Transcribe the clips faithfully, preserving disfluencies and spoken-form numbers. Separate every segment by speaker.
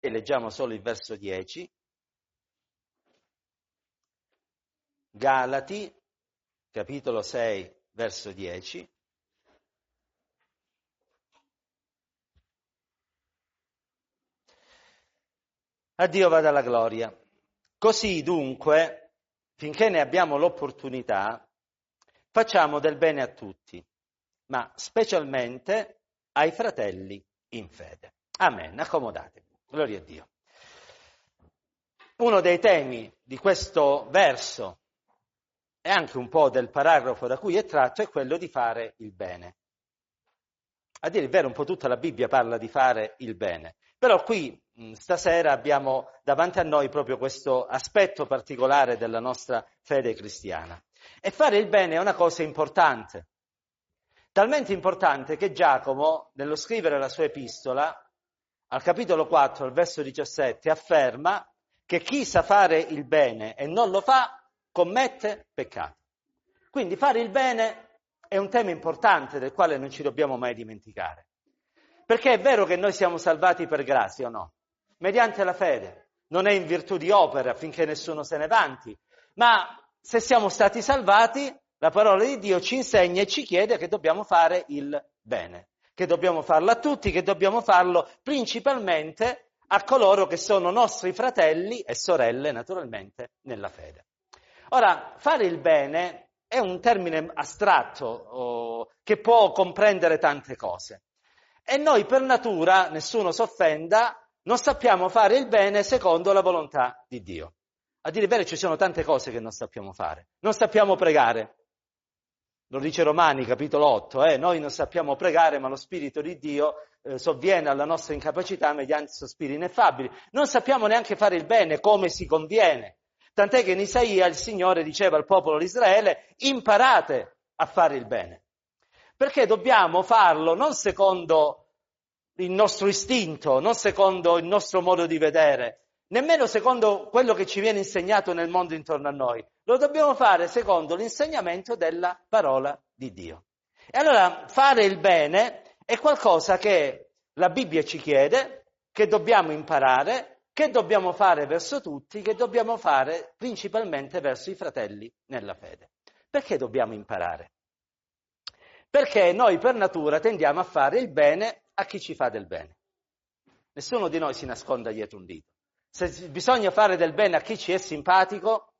Speaker 1: e leggiamo solo il verso dieci. Galati, capitolo sei, verso dieci. A Dio vada la gloria. Così dunque, finché ne abbiamo l'opportunità, facciamo del bene a tutti, ma specialmente ai fratelli in fede. Amen. Accomodatevi. Gloria a Dio. Uno dei temi di questo verso e anche un po' del paragrafo da cui è tratto è quello di fare il bene. A dire il vero, un po' tutta la Bibbia parla di fare il bene. Però qui, stasera, abbiamo davanti a noi proprio questo aspetto particolare della nostra fede cristiana. E fare il bene è una cosa importante. Talmente importante che Giacomo, nello scrivere la sua epistola, al capitolo quattro, al verso diciassette, afferma che chi sa fare il bene e non lo fa, commette peccato. Quindi fare il bene è un tema importante del quale non ci dobbiamo mai dimenticare. Perché è vero che noi siamo salvati per grazia o no? Mediante la fede. Non è in virtù di opere affinché nessuno se ne vanti. Ma se siamo stati salvati, la parola di Dio ci insegna e ci chiede che dobbiamo fare il bene. Che dobbiamo farlo a tutti, che dobbiamo farlo principalmente a coloro che sono nostri fratelli e sorelle, naturalmente, nella fede. Ora, fare il bene è un termine astratto oh, che può comprendere tante cose. E noi per natura, nessuno si offenda, non sappiamo fare il bene secondo la volontà di Dio. A dire il vero ci sono tante cose che non sappiamo fare. Non sappiamo pregare. Lo dice Romani, capitolo otto, eh? Noi non sappiamo pregare, ma lo Spirito di Dio eh, sovviene alla nostra incapacità mediante sospiri ineffabili. Non sappiamo neanche fare il bene come si conviene. Tant'è che in Isaia il Signore diceva al popolo di Israele: imparate a fare il bene. Perché dobbiamo farlo non secondo il nostro istinto, non secondo il nostro modo di vedere, nemmeno secondo quello che ci viene insegnato nel mondo intorno a noi. Lo dobbiamo fare secondo l'insegnamento della parola di Dio. E allora fare il bene è qualcosa che la Bibbia ci chiede, che dobbiamo imparare, che dobbiamo fare verso tutti, che dobbiamo fare principalmente verso i fratelli nella fede. Perché dobbiamo imparare? Perché noi per natura tendiamo a fare il bene a chi ci fa del bene. Nessuno di noi si nasconda dietro un dito. Se bisogna fare del bene a chi ci è simpatico,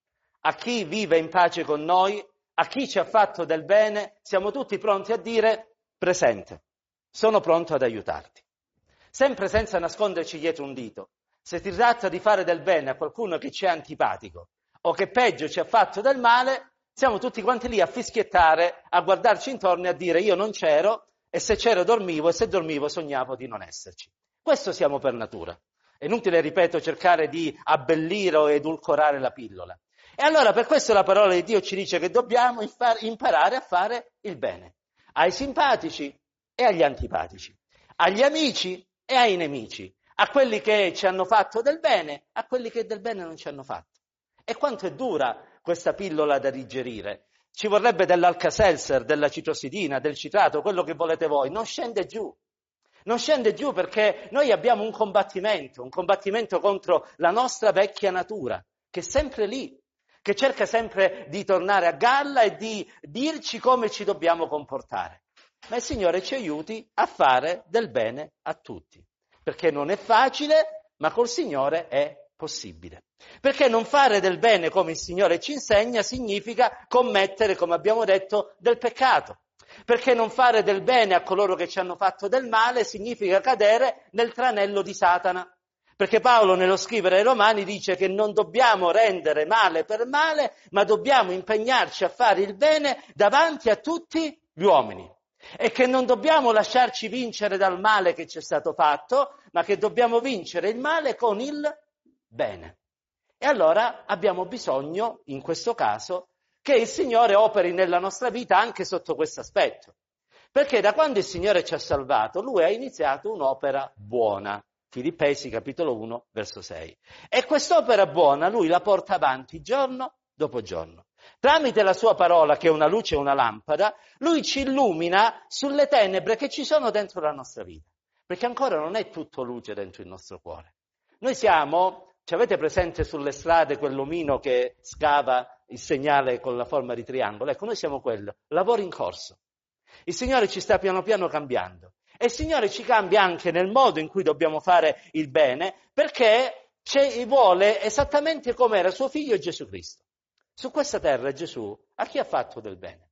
Speaker 1: a chi vive in pace con noi, a chi ci ha fatto del bene, siamo tutti pronti a dire presente, sono pronto ad aiutarti. Sempre senza nasconderci dietro un dito. Se ti tratta di fare del bene a qualcuno che ci è antipatico o che peggio ci ha fatto del male, siamo tutti quanti lì a fischiettare, a guardarci intorno e a dire io non c'ero e se c'ero dormivo e se dormivo sognavo di non esserci. Questo siamo per natura. È inutile, ripeto, cercare di abbellire o edulcorare la pillola. E allora per questo la parola di Dio ci dice che dobbiamo imparare a fare il bene. Ai simpatici e agli antipatici. Agli amici e ai nemici. A quelli che ci hanno fatto del bene, a quelli che del bene non ci hanno fatto. E quanto è dura questa pillola da digerire. Ci vorrebbe dell'Alka-Seltzer, della citrosidina, del citrato, quello che volete voi. Non scende giù. Non scende giù perché noi abbiamo un combattimento, un combattimento contro la nostra vecchia natura, che è sempre lì, che cerca sempre di tornare a galla e di dirci come ci dobbiamo comportare. Ma il Signore ci aiuti a fare del bene a tutti, perché non è facile, ma col Signore è possibile. Perché non fare del bene come il Signore ci insegna significa commettere, come abbiamo detto, del peccato. Perché non fare del bene a coloro che ci hanno fatto del male significa cadere nel tranello di Satana. Perché Paolo nello scrivere ai Romani dice che non dobbiamo rendere male per male, ma dobbiamo impegnarci a fare il bene davanti a tutti gli uomini. E che non dobbiamo lasciarci vincere dal male che ci è stato fatto, ma che dobbiamo vincere il male con il bene. E allora abbiamo bisogno, in questo caso, che il Signore operi nella nostra vita anche sotto questo aspetto. Perché da quando il Signore ci ha salvato, Lui ha iniziato un'opera buona. Filippesi capitolo uno, verso sei. E quest'opera buona Lui la porta avanti giorno dopo giorno. Tramite la sua parola, che è una luce e una lampada, Lui ci illumina sulle tenebre che ci sono dentro la nostra vita. Perché ancora non è tutto luce dentro il nostro cuore. Noi siamo, ci avete presente sulle strade quell'omino che scava il segnale con la forma di triangolo? Ecco, noi siamo quello, lavoro in corso. Il Signore ci sta piano piano cambiando e il Signore ci cambia anche nel modo in cui dobbiamo fare il bene, perché ci vuole esattamente come era suo figlio Gesù Cristo. Su questa terra Gesù a chi ha fatto del bene?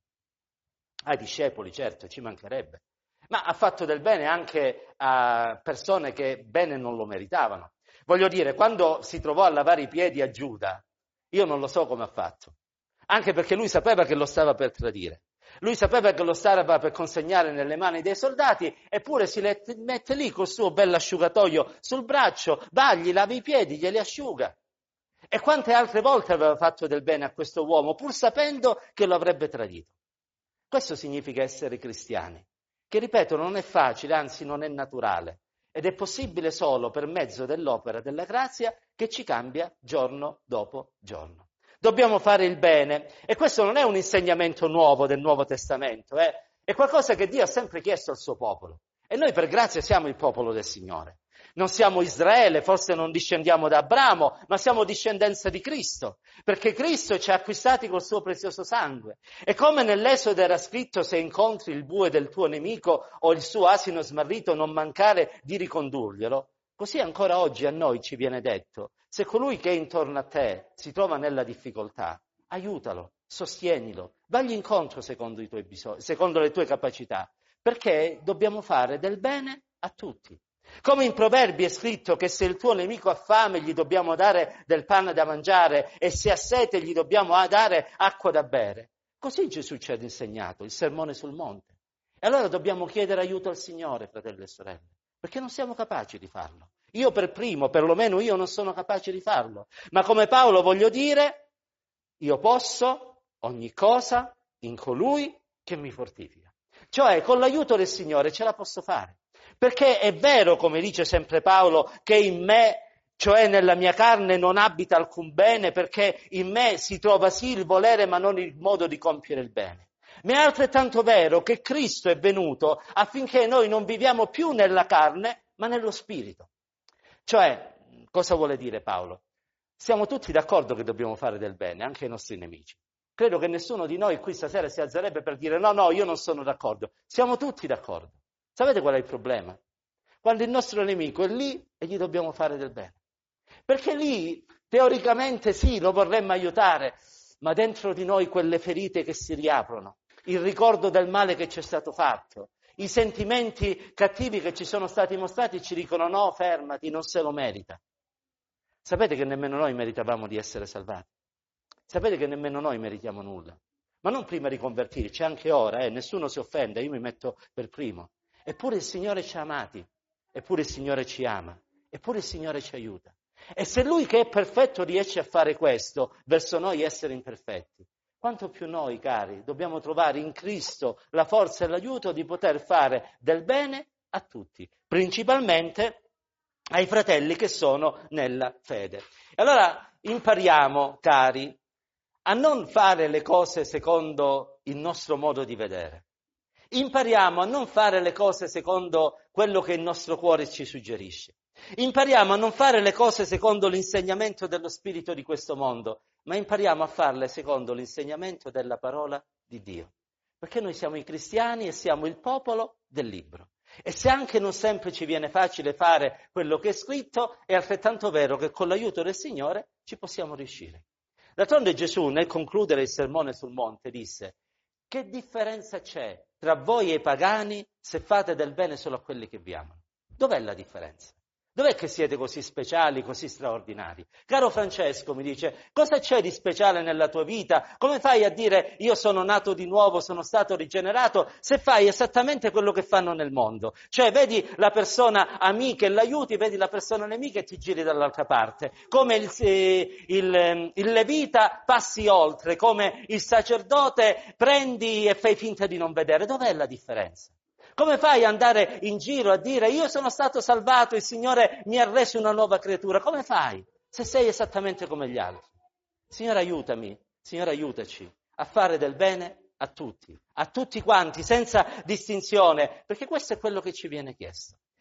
Speaker 1: Ai discepoli, certo, ci mancherebbe, ma ha fatto del bene anche a persone che bene non lo meritavano. Voglio dire, quando si trovò a lavare i piedi a Giuda, io non lo so come ha fatto, anche perché lui sapeva che lo stava per tradire. Lui sapeva che lo stava per consegnare nelle mani dei soldati, eppure si mette lì col suo bell'asciugatoio sul braccio, va, gli lava i piedi, glieli asciuga. E quante altre volte aveva fatto del bene a questo uomo, pur sapendo che lo avrebbe tradito. Questo significa essere cristiani, che ripeto non è facile, anzi non è naturale, ed è possibile solo per mezzo dell'opera della grazia che ci cambia giorno dopo giorno. Dobbiamo fare il bene, e questo non è un insegnamento nuovo del Nuovo Testamento, eh? È qualcosa che Dio ha sempre chiesto al suo popolo. E noi per grazia siamo il popolo del Signore. Non siamo Israele, forse non discendiamo da Abramo, ma siamo discendenza di Cristo, perché Cristo ci ha acquistati col suo prezioso sangue. E come nell'Esodo era scritto, se incontri il bue del tuo nemico o il suo asino smarrito, non mancare di ricondurglielo, così ancora oggi a noi ci viene detto, se colui che è intorno a te si trova nella difficoltà, aiutalo, sostienilo, vagli incontro secondo i tuoi bisogni, secondo le tue capacità, perché dobbiamo fare del bene a tutti. Come in Proverbi è scritto che se il tuo nemico ha fame gli dobbiamo dare del pane da mangiare e se ha sete gli dobbiamo dare acqua da bere. Così Gesù ci ha insegnato il sermone sul monte. E allora dobbiamo chiedere aiuto al Signore, fratelli e sorelle, perché non siamo capaci di farlo. Io per primo, perlomeno io non sono capace di farlo. Ma come Paolo voglio dire, io posso ogni cosa in colui che mi fortifica. Cioè, con l'aiuto del Signore ce la posso fare. Perché è vero, come dice sempre Paolo, che in me, cioè nella mia carne, non abita alcun bene, perché in me si trova sì il volere, ma non il modo di compiere il bene. Ma è altrettanto vero che Cristo è venuto affinché noi non viviamo più nella carne, ma nello Spirito. Cioè, cosa vuole dire Paolo? Siamo tutti d'accordo che dobbiamo fare del bene, anche ai nostri nemici. Credo che nessuno di noi qui stasera si alzerebbe per dire no, no, io non sono d'accordo. Siamo tutti d'accordo. Sapete qual è il problema? Quando il nostro nemico è lì e gli dobbiamo fare del bene. Perché lì, teoricamente sì, lo vorremmo aiutare, ma dentro di noi quelle ferite che si riaprono, il ricordo del male che ci è stato fatto, i sentimenti cattivi che ci sono stati mostrati ci dicono no, fermati, non se lo merita. Sapete che nemmeno noi meritavamo di essere salvati? Sapete che nemmeno noi meritiamo nulla? Ma non prima di convertirci, anche ora, eh, nessuno si offende, io mi metto per primo. Eppure il Signore ci ha amati, eppure il Signore ci ama, eppure il Signore ci aiuta. E se Lui che è perfetto riesce a fare questo verso noi essere imperfetti, quanto più noi, cari, dobbiamo trovare in Cristo la forza e l'aiuto di poter fare del bene a tutti, principalmente ai fratelli che sono nella fede. E allora impariamo, cari, a non fare le cose secondo il nostro modo di vedere. Impariamo a non fare le cose secondo quello che il nostro cuore ci suggerisce. Impariamo a non fare le cose secondo l'insegnamento dello spirito di questo mondo, ma impariamo a farle secondo l'insegnamento della parola di Dio. Perché noi siamo i cristiani e siamo il popolo del libro. E se anche non sempre ci viene facile fare quello che è scritto, è altrettanto vero che con l'aiuto del Signore ci possiamo riuscire. D'altronde Gesù, nel concludere il sermone sul monte, disse: che differenza c'è tra voi e i pagani se fate del bene solo a quelli che vi amano? Dov'è la differenza? Dov'è che siete così speciali, così straordinari? Caro Francesco, mi dice, cosa c'è di speciale nella tua vita? Come fai a dire io sono nato di nuovo, sono stato rigenerato, se fai esattamente quello che fanno nel mondo? Cioè vedi la persona amica e l'aiuti, vedi la persona nemica e ti giri dall'altra parte. Come il, eh, il, il levita passi oltre, come il sacerdote prendi e fai finta di non vedere. Dov'è la differenza? Come fai ad andare in giro a dire io sono stato salvato, il Signore mi ha reso una nuova creatura? Come fai se sei esattamente come gli altri? Signore aiutami, Signore aiutaci a fare del bene a tutti, a tutti quanti, senza distinzione, perché questo è quello che ci viene chiesto.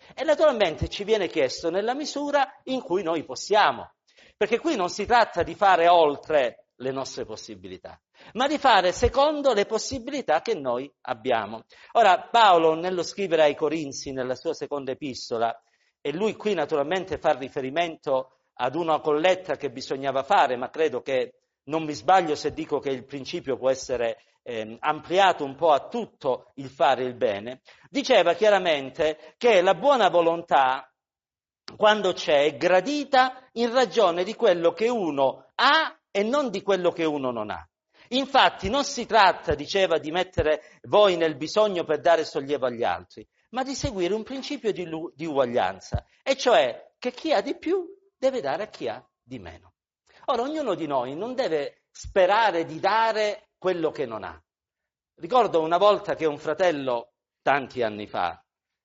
Speaker 1: E naturalmente ci viene chiesto nella misura in cui noi possiamo, perché qui non si tratta di fare oltre le nostre possibilità, ma di fare secondo le possibilità che noi abbiamo. Ora, Paolo, nello scrivere ai Corinzi, nella sua seconda epistola, e lui qui naturalmente fa riferimento ad una colletta che bisognava fare, ma credo che non mi sbaglio se dico che il principio può essere eh, ampliato un po' a tutto il fare il bene, diceva chiaramente che la buona volontà, quando c'è, è gradita in ragione di quello che uno ha e non di quello che uno non ha. Infatti non si tratta, diceva, di mettere voi nel bisogno per dare sollievo agli altri, ma di seguire un principio di, di uguaglianza, e cioè che chi ha di più deve dare a chi ha di meno. Ora, ognuno di noi non deve sperare di dare quello che non ha. Ricordo una volta che un fratello, tanti anni fa,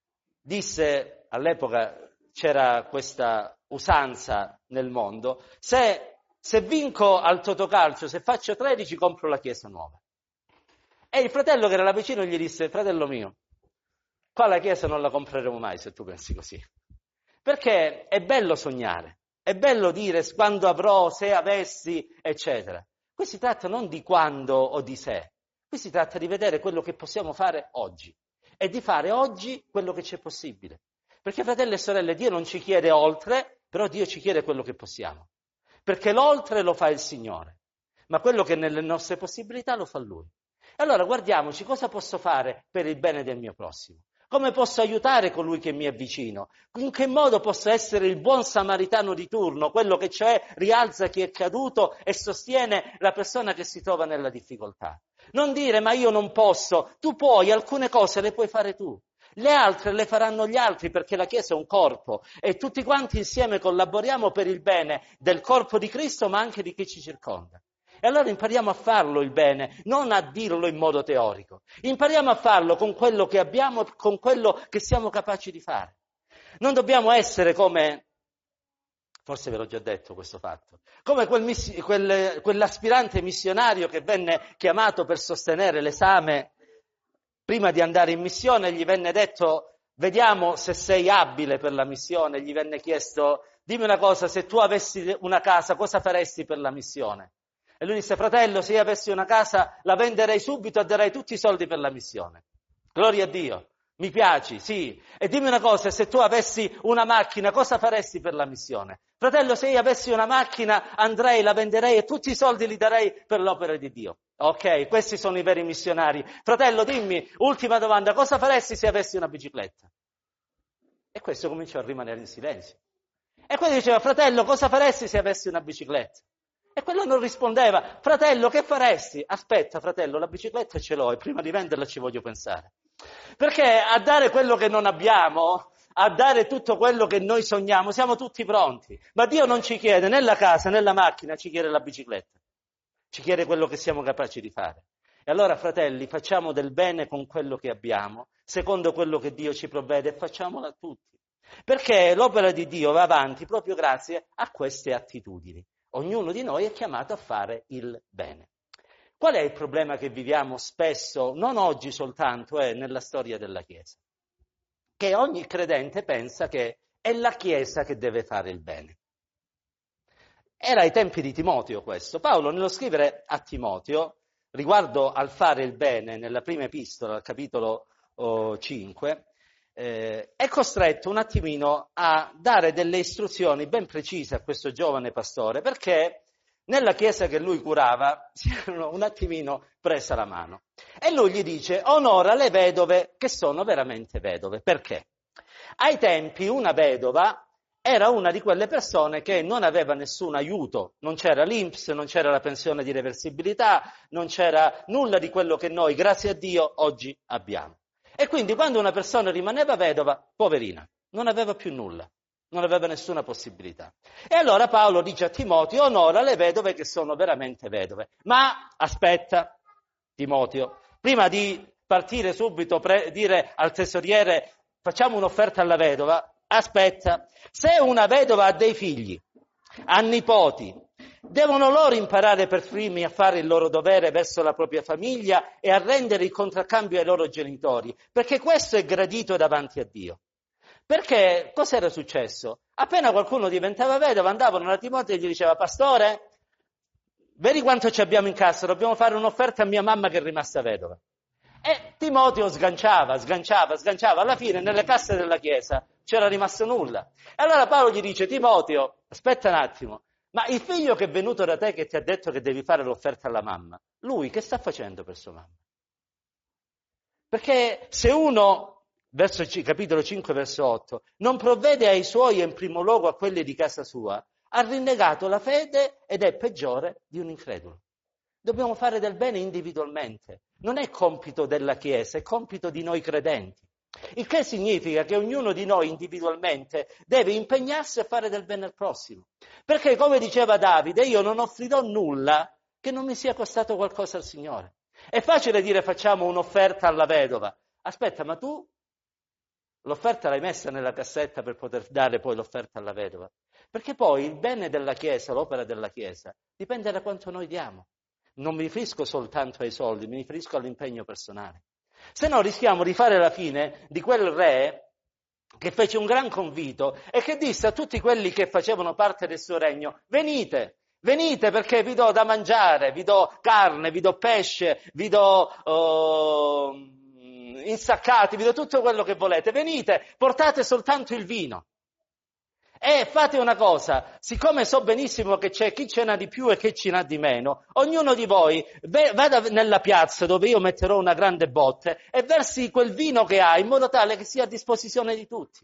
Speaker 1: disse, all'epoca c'era questa usanza nel mondo, se, se vinco al Totocalcio, se faccio tredici, compro la chiesa nuova. E il fratello che era là vicino gli disse, fratello mio, qua la chiesa non la compreremo mai se tu pensi così. Perché è bello sognare, è bello dire quando avrò, se avessi, eccetera. Qui si tratta non di quando o di se, qui si tratta di vedere quello che possiamo fare oggi e di fare oggi quello che c'è possibile. Perché, fratelli e sorelle, Dio non ci chiede oltre, però Dio ci chiede quello che possiamo. Perché l'oltre lo fa il Signore, ma quello che è nelle nostre possibilità lo fa Lui. E allora guardiamoci cosa posso fare per il bene del mio prossimo. Come posso aiutare colui che mi è vicino? In che modo posso essere il buon samaritano di turno, quello che cioè rialza chi è caduto e sostiene la persona che si trova nella difficoltà? Non dire, ma io non posso. Tu puoi, alcune cose le puoi fare tu. Le altre le faranno gli altri, perché la Chiesa è un corpo e tutti quanti insieme collaboriamo per il bene del corpo di Cristo, ma anche di chi ci circonda. E allora impariamo a farlo il bene, non a dirlo in modo teorico. Impariamo a farlo con quello che abbiamo e con quello che siamo capaci di fare. Non dobbiamo essere come, forse ve l'ho già detto questo fatto, come quel miss, quel, quell'aspirante missionario che venne chiamato per sostenere l'esame. Prima di andare in missione gli venne detto, vediamo se sei abile per la missione. Gli venne chiesto, dimmi una cosa, se tu avessi una casa, cosa faresti per la missione? E lui disse, fratello, se io avessi una casa la venderei subito e darei tutti i soldi per la missione. Gloria a Dio, mi piaci, sì. E dimmi una cosa, se tu avessi una macchina, cosa faresti per la missione? Fratello, se io avessi una macchina andrei, la venderei e tutti i soldi li darei per l'opera di Dio. Ok, questi sono i veri missionari. Fratello, dimmi, ultima domanda, cosa faresti se avessi una bicicletta? E questo cominciò a rimanere in silenzio. E poi diceva, fratello, cosa faresti se avessi una bicicletta? E quello non rispondeva, fratello, che faresti? Aspetta, fratello, la bicicletta ce l'ho e prima di venderla ci voglio pensare. Perché a dare quello che non abbiamo, a dare tutto quello che noi sogniamo, siamo tutti pronti. Ma Dio non ci chiede né la casa né la macchina, ci chiede la bicicletta. Ci chiede quello che siamo capaci di fare. E allora, fratelli, facciamo del bene con quello che abbiamo, secondo quello che Dio ci provvede, e facciamolo a tutti. Perché l'opera di Dio va avanti proprio grazie a queste attitudini. Ognuno di noi è chiamato a fare il bene. Qual è il problema che viviamo spesso, non oggi soltanto, è nella storia della Chiesa? Che ogni credente pensa che è la Chiesa che deve fare il bene. Era ai tempi di Timoteo questo. Paolo, nello scrivere a Timoteo, riguardo al fare il bene, nella prima epistola, al capitolo oh, cinque, eh, è costretto un attimino a dare delle istruzioni ben precise a questo giovane pastore, perché nella chiesa che lui curava si erano un attimino presa la mano. E lui gli dice, onora le vedove che sono veramente vedove. Perché? Ai tempi una vedova era una di quelle persone che non aveva nessun aiuto, non c'era l'I N P S, non c'era la pensione di reversibilità, non c'era nulla di quello che noi, grazie a Dio, oggi abbiamo. E quindi quando una persona rimaneva vedova, poverina, non aveva più nulla, non aveva nessuna possibilità. E allora Paolo dice a Timoteo, onora le vedove che sono veramente vedove. Ma aspetta, Timoteo, prima di partire subito, pre- dire al tesoriere, facciamo un'offerta alla vedova, aspetta, se una vedova ha dei figli, ha nipoti, devono loro imparare per primi a fare il loro dovere verso la propria famiglia e a rendere il contraccambio ai loro genitori, perché questo è gradito davanti a Dio. Perché cos'era successo? Appena qualcuno diventava vedova, andavano da Timoteo e gli diceva: pastore, vedi quanto ci abbiamo in cassa, dobbiamo fare un'offerta a mia mamma che è rimasta vedova. E Timoteo sganciava, sganciava, sganciava, alla fine nelle casse della chiesa c'era rimasto nulla. E allora Paolo gli dice: Timoteo, aspetta un attimo, ma il figlio che è venuto da te che ti ha detto che devi fare l'offerta alla mamma, lui che sta facendo per sua mamma? Perché se uno, verso capitolo cinque, verso otto, non provvede ai suoi e in primo luogo a quelli di casa sua, ha rinnegato la fede ed è peggiore di un incredulo. Dobbiamo fare del bene individualmente. Non è compito della Chiesa, è compito di noi credenti. Il che significa che ognuno di noi individualmente deve impegnarsi a fare del bene al prossimo. Perché, come diceva Davide, io non offrirò nulla che non mi sia costato qualcosa al Signore. È facile dire facciamo un'offerta alla vedova. Aspetta, ma tu l'offerta l'hai messa nella cassetta per poter dare poi l'offerta alla vedova? Perché poi il bene della Chiesa, l'opera della Chiesa, dipende da quanto noi diamo. Non mi riferisco soltanto ai soldi, mi riferisco all'impegno personale. Se no rischiamo di fare la fine di quel re che fece un gran convito e che disse a tutti quelli che facevano parte del suo regno: venite, venite perché vi do da mangiare, vi do carne, vi do pesce, vi do uh, insaccati, vi do tutto quello che volete, venite, portate soltanto il vino. E fate una cosa, siccome so benissimo che c'è chi ce n'ha di più e chi ce n'ha di meno, ognuno di voi vada nella piazza dove io metterò una grande botte e versi quel vino che ha in modo tale che sia a disposizione di tutti.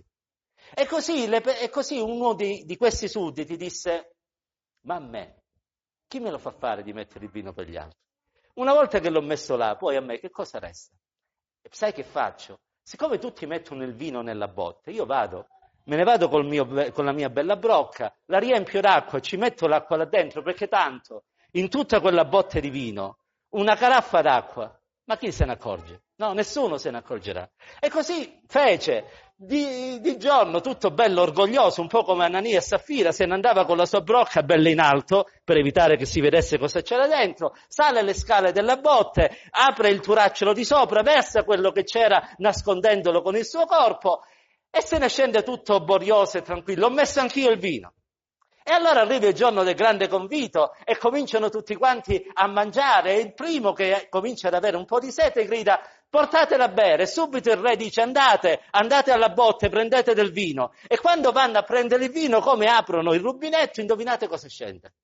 Speaker 1: E così, le, e così uno di, di questi sudditi disse: ma a me, chi me lo fa fare di mettere il vino per gli altri? Una volta che l'ho messo là, poi a me che cosa resta? E sai che faccio? Siccome tutti mettono il vino nella botte, io vado, me ne vado col mio, con la mia bella brocca, la riempio d'acqua, ci metto l'acqua là dentro, perché tanto in tutta quella botte di vino, una caraffa d'acqua, ma chi se ne accorge? No, nessuno se ne accorgerà. E così fece. Di, di giorno, tutto bello orgoglioso, un po' come Anania e Saffira, se ne andava con la sua brocca bella in alto, per evitare che si vedesse cosa c'era dentro, sale le scale della botte, apre il turacciolo di sopra, versa quello che c'era nascondendolo con il suo corpo, e se ne scende tutto borioso e tranquillo. Ho messo anch'io il vino. E allora arriva il giorno del grande convito e cominciano tutti quanti a mangiare e il primo che comincia ad avere un po' di sete grida: portatela a bere. Subito il re dice: andate, andate alla botte, prendete del vino. E quando vanno a prendere il vino, come aprono il rubinetto, indovinate cosa scende?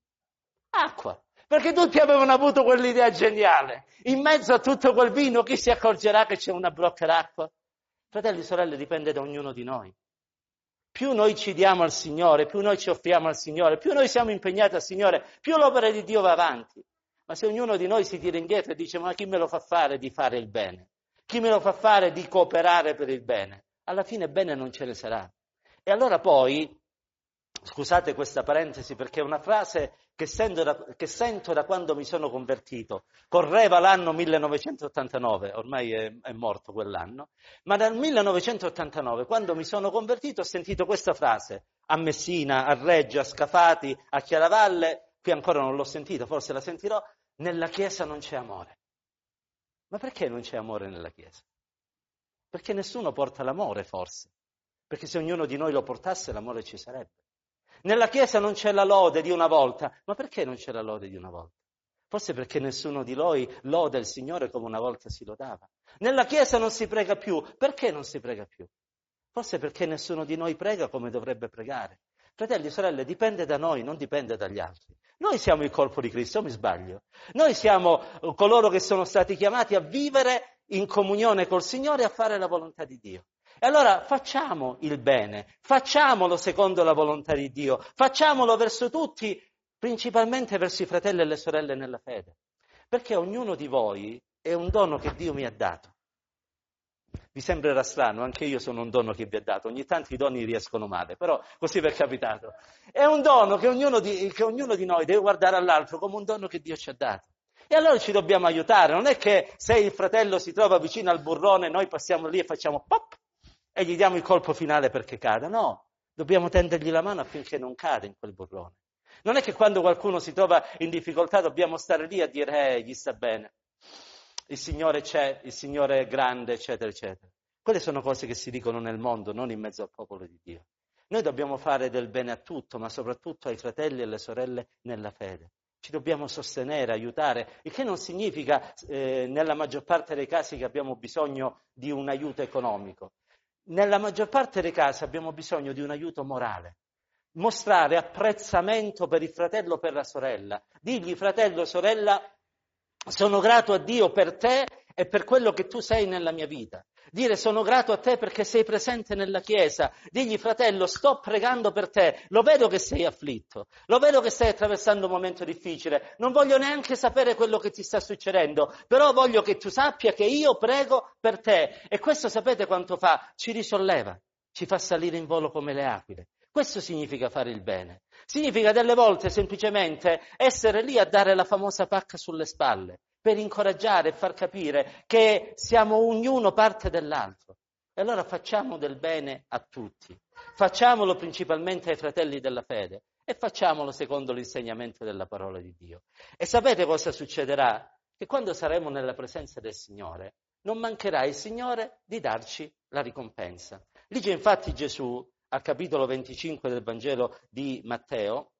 Speaker 1: Acqua. Perché tutti avevano avuto quell'idea geniale. In mezzo a tutto quel vino chi si accorgerà che c'è una brocca d'acqua? Fratelli e sorelle, dipende da ognuno di noi. Più noi ci diamo al Signore, più noi ci offriamo al Signore, più noi siamo impegnati al Signore, più l'opera di Dio va avanti. Ma se ognuno di noi si tira indietro e dice: ma chi me lo fa fare di fare il bene? Chi me lo fa fare di cooperare per il bene? Alla fine bene non ce ne sarà. E allora poi, scusate questa parentesi perché è una frase che sento, da, che sento da quando mi sono convertito. Correva l'anno millenovecentottantanove, ormai è, è morto quell'anno, ma dal millenovecentottantanove, quando mi sono convertito, ho sentito questa frase a Messina, a Reggio, a Scafati, a Chiaravalle, qui ancora non l'ho sentita, forse la sentirò: nella Chiesa non c'è amore. Ma perché non c'è amore nella Chiesa? Perché nessuno porta l'amore, forse. Perché se ognuno di noi lo portasse, l'amore ci sarebbe. Nella Chiesa non c'è la lode di una volta. Ma perché non c'è la lode di una volta? Forse perché nessuno di noi loda il Signore come una volta si lodava. Nella Chiesa non si prega più. Perché non si prega più? Forse perché nessuno di noi prega come dovrebbe pregare. Fratelli e sorelle, dipende da noi, non dipende dagli altri. Noi siamo il corpo di Cristo, o mi sbaglio? Noi siamo coloro che sono stati chiamati a vivere in comunione col Signore e a fare la volontà di Dio. E allora facciamo il bene, facciamolo secondo la volontà di Dio, facciamolo verso tutti, principalmente verso i fratelli e le sorelle nella fede. Perché ognuno di voi è un dono che Dio mi ha dato. Vi sembrerà strano, anche io sono un dono che vi ha dato, ogni tanto i doni riescono male, però così vi è capitato. È un dono che ognuno di, che ognuno di noi deve guardare all'altro come un dono che Dio ci ha dato. E allora ci dobbiamo aiutare, non è che se il fratello si trova vicino al burrone noi passiamo lì e facciamo pop e gli diamo il colpo finale perché cada, no, dobbiamo tendergli la mano affinché non cada in quel burrone. Non è che quando qualcuno si trova in difficoltà dobbiamo stare lì a dire eh, gli sta bene. Il Signore c'è, il Signore è grande, eccetera, eccetera. Quelle sono cose che si dicono nel mondo, non in mezzo al popolo di Dio. Noi dobbiamo fare del bene a tutto, ma soprattutto ai fratelli e alle sorelle nella fede. Ci dobbiamo sostenere, aiutare, il che non significa eh, nella maggior parte dei casi che abbiamo bisogno di un aiuto economico. Nella maggior parte dei casi abbiamo bisogno di un aiuto morale. Mostrare apprezzamento per il fratello o per la sorella. Digli, fratello, sorella, sono grato a Dio per te e per quello che tu sei nella mia vita. Dire sono grato a te perché sei presente nella Chiesa. Digli, fratello, sto pregando per te, lo vedo che sei afflitto, lo vedo che stai attraversando un momento difficile, non voglio neanche sapere quello che ti sta succedendo, però voglio che tu sappia che io prego per te. E questo sapete quanto fa? Ci risolleva, ci fa salire in volo come le aquile. Questo significa fare il bene. Significa delle volte semplicemente essere lì a dare la famosa pacca sulle spalle, per incoraggiare e far capire che siamo ognuno parte dell'altro. E allora facciamo del bene a tutti. Facciamolo principalmente ai fratelli della fede e facciamolo secondo l'insegnamento della parola di Dio. E sapete cosa succederà? Che quando saremo nella presenza del Signore, non mancherà il Signore di darci la ricompensa. Dice infatti Gesù, al capitolo venticinque del Vangelo di Matteo,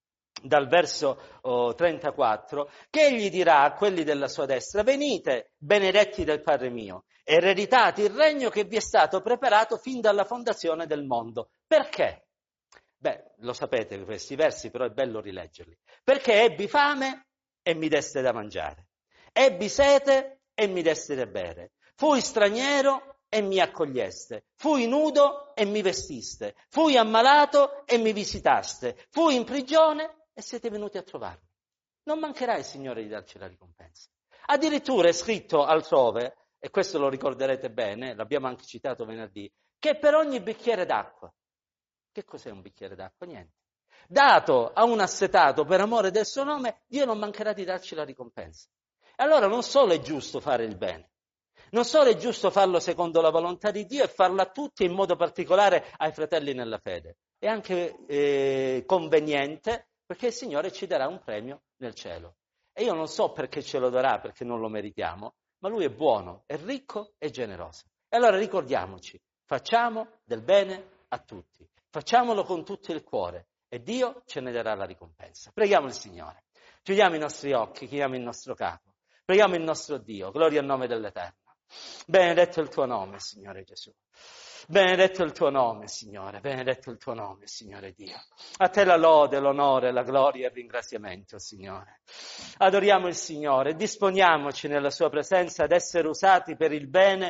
Speaker 1: dal verso oh, trentaquattro, che egli dirà a quelli della sua destra: venite, benedetti del Padre mio, ereditate il regno che vi è stato preparato fin dalla fondazione del mondo. Perché? Beh, lo sapete questi versi, però è bello rileggerli. Perché ebbi fame e mi deste da mangiare, ebbi sete e mi deste da bere, fui straniero e mi accoglieste, fui nudo e mi vestiste, fui ammalato e mi visitaste, fui in prigione e siete venuti a trovarmi. Non mancherà il Signore di darci la ricompensa. Addirittura è scritto altrove, e questo lo ricorderete bene, l'abbiamo anche citato venerdì, che per ogni bicchiere d'acqua. Che cos'è un bicchiere d'acqua? Niente. Dato a un assetato per amore del suo nome, Dio non mancherà di darci la ricompensa. E allora non solo è giusto fare il bene, non solo è giusto farlo secondo la volontà di Dio e farlo a tutti, in modo particolare ai fratelli nella fede, è anche eh, conveniente, perché il Signore ci darà un premio nel cielo. E io non so perché ce lo darà, perché non lo meritiamo, ma Lui è buono, è ricco e generoso. E allora ricordiamoci, facciamo del bene a tutti, facciamolo con tutto il cuore e Dio ce ne darà la ricompensa. Preghiamo il Signore, chiudiamo i nostri occhi, chiudiamo il nostro capo, preghiamo il nostro Dio, gloria al nome dell'Eterno. Benedetto il tuo nome, Signore Gesù. Benedetto il tuo nome, Signore. Benedetto il tuo nome, Signore Dio. A te la lode, l'onore, la gloria e il ringraziamento, Signore. Adoriamo il Signore, disponiamoci nella sua presenza ad essere usati per il bene